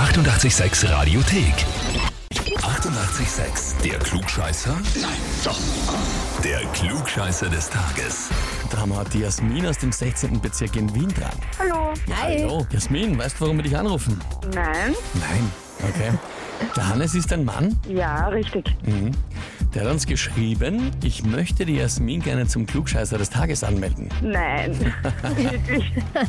886 Radiothek. 88,6. Der Klugscheißer? Nein, doch. Der Klugscheißer des Tages. Da haben wir heute die Jasmin aus dem 16. Bezirk in Wien dran. Hallo. Hi. Hallo. Jasmin, weißt du, warum wir dich anrufen? Nein. Nein. Okay. Der Hannes ist ein Mann. Ja, richtig. Der hat uns geschrieben, ich möchte die Jasmin gerne zum Klugscheißer des Tages anmelden. Nein. Wirklich.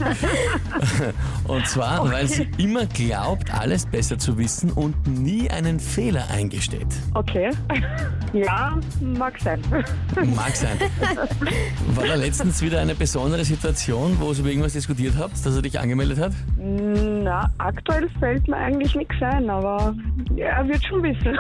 Und zwar, weil sie immer glaubt, alles besser zu wissen und nie einen Fehler eingesteht. Okay. Ja, mag sein. Mag sein. War da letztens wieder eine besondere Situation, wo ihr über irgendwas diskutiert habt, dass er dich angemeldet hat? Na, aktuell fällt mir eigentlich nichts ein, aber er wird schon wissen.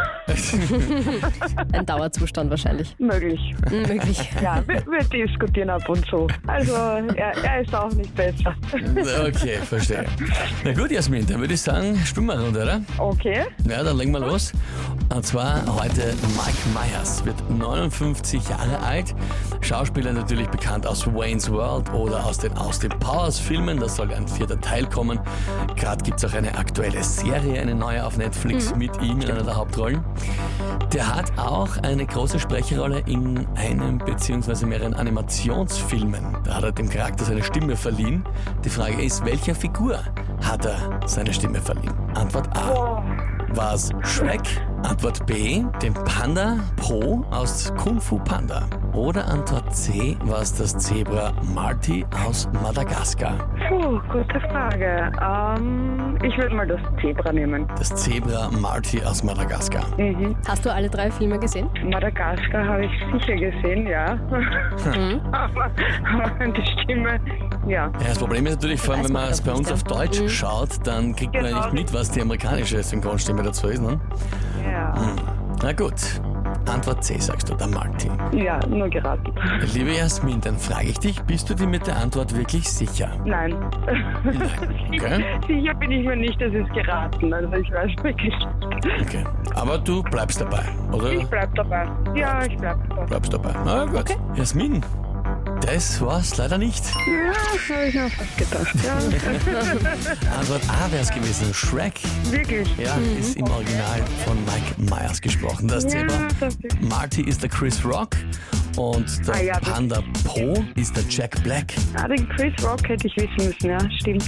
Ein Dauerzustand wahrscheinlich. Möglich. Möglich. Ja, wir diskutieren ab und zu. Also, er ist auch nicht besser. Okay, verstehe. Na gut, Jasmin, dann würde ich sagen, spielen wir eine Runde, oder? Okay. Ja, dann legen wir los. Und zwar heute Mike Myers, wird 59 Jahre alt. Schauspieler natürlich bekannt aus Wayne's World oder aus den Austin Powers Filmen. Da soll ein 4. Teil kommen. Gerade gibt es auch eine aktuelle Serie, eine neue auf Netflix mit ihm in einer der Hauptrollen. Der hat auch eine große Sprecherrolle in einem bzw. mehreren Animationsfilmen. Da hat er dem Charakter seine Stimme verliehen. Die Frage ist, welcher Figur hat er seine Stimme verliehen? Antwort A. War es Shrek? Antwort B, dem Panda Po aus Kung Fu Panda. Oder Antwort C, war es das Zebra Marty aus Madagaskar. Gute Frage. Ich würde mal das Zebra nehmen. Das Zebra Marty aus Madagaskar. Hast du alle 3 Filme gesehen? Madagaskar habe ich sicher gesehen, ja. aber die Stimme, ja. Ja, das Problem ist natürlich, vor allem, Weiß wenn man man es doch bei nicht, uns ja. auf Deutsch schaut, dann kriegt man ja Genau. nicht mit, was die amerikanische Synchronstimme dazu ist. Ne? Ja. Na gut, Antwort C sagst du, der Marty. Ja, nur geraten. Liebe Jasmin, dann frage ich dich, bist du dir mit der Antwort wirklich sicher? Nein. Okay. Sicher bin ich mir nicht, das ist geraten. Also ich weiß wirklich nicht. Okay, aber du bleibst dabei, oder? Ich bleib dabei. Ja, ich bleib dabei. Bleibst dabei. Na gut. Okay. Jasmin, das war's leider nicht. Ja, das habe ich mir fast gedacht. Ja. Antwort A wäre es gewesen, Shrek. Wirklich. Ja, ist im Original von Mike Myers gesprochen. Das Zebra das ist- Marty ist der Chris Rock und der ja, das- Panda Po ist der Jack Black. Den Chris Rock hätte ich wissen müssen, ja, stimmt.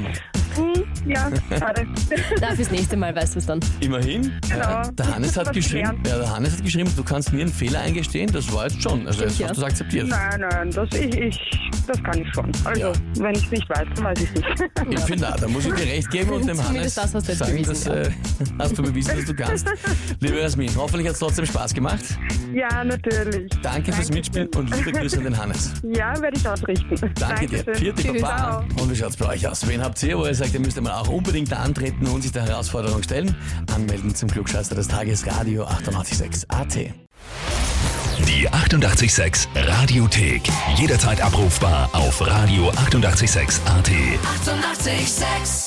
Ja, schade. Na, fürs nächste Mal weißt du es dann. Immerhin. Genau. Der Hannes hat Was geschrieben, gelernt. der Hannes hat geschrieben, du kannst nie einen Fehler eingestehen. Das war jetzt schon. Also jetzt Stimmt, hast du es akzeptiert. Nein, das kann ich schon. Also, Ja. wenn ich es nicht weiß, dann weiß ich es nicht. Ich finde auch, da muss ich dir recht geben und dem Hannes Zumindest das hast du jetzt sagen, bewiesen, dass, hast du bewiesen, dass du kannst. Liebe Jasmin, hoffentlich hat es trotzdem Spaß gemacht. Ja, natürlich. Danke fürs Mitspielen und liebe Grüße an den Hannes. Ja, werde ich ausrichten. Danke dir. Dankeschön. Vierte Tschüss. Papa. Und wie schaut's bei euch aus? Wen habt ihr, wo ihr sagt, ihr müsst mal auch unbedingt da antreten und sich der Herausforderung stellen? Anmelden zum Klugscheißer des Tages, Radio 886 AT. Die 88,6 Radiothek. Jederzeit abrufbar auf Radio 88,6 AT. 88,6.